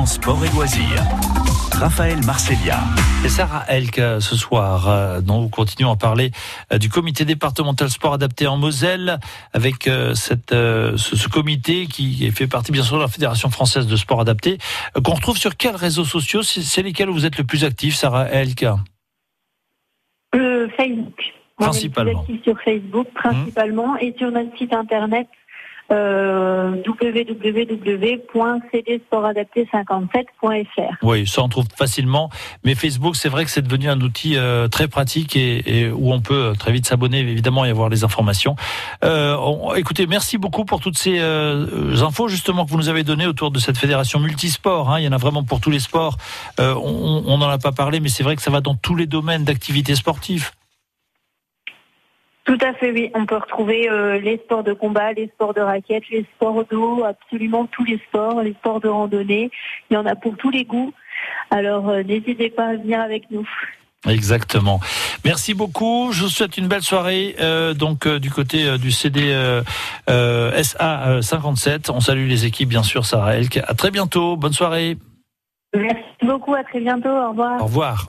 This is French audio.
France Sport et Loisirs. Raphaël Marcellia. C'est Sarah Elk ce soir, dont nous continuons à parler du comité départemental sport adapté en Moselle, avec ce comité qui fait partie bien sûr de la Fédération française de sport adapté, qu'on retrouve sur quels réseaux sociaux, c'est lesquels où vous êtes le plus actif, Sarah Elk? Facebook. Principalement. On est plus actif sur Facebook, principalement, et sur notre site internet www.cdsportadapté57.fr. Oui, ça on trouve facilement, mais Facebook, c'est vrai que c'est devenu un outil très pratique et où on peut très vite s'abonner évidemment et avoir les informations. Écoutez, merci beaucoup pour toutes ces infos justement que vous nous avez données autour de cette fédération multisport. Il y en a vraiment pour tous les sports. On n'en a pas parlé, mais c'est vrai que ça va dans tous les domaines d'activité sportive. Tout à fait, oui. On peut retrouver les sports de combat, les sports de raquettes, les sports d'eau, absolument tous les sports de randonnée. Il y en a pour tous les goûts. Alors, n'hésitez pas à venir avec nous. Exactement. Merci beaucoup. Je vous souhaite une belle soirée. Du côté du CD SA 57. On salue les équipes, bien sûr, Sarah Elk. À très bientôt. Bonne soirée. Merci beaucoup. À très bientôt. Au revoir. Au revoir.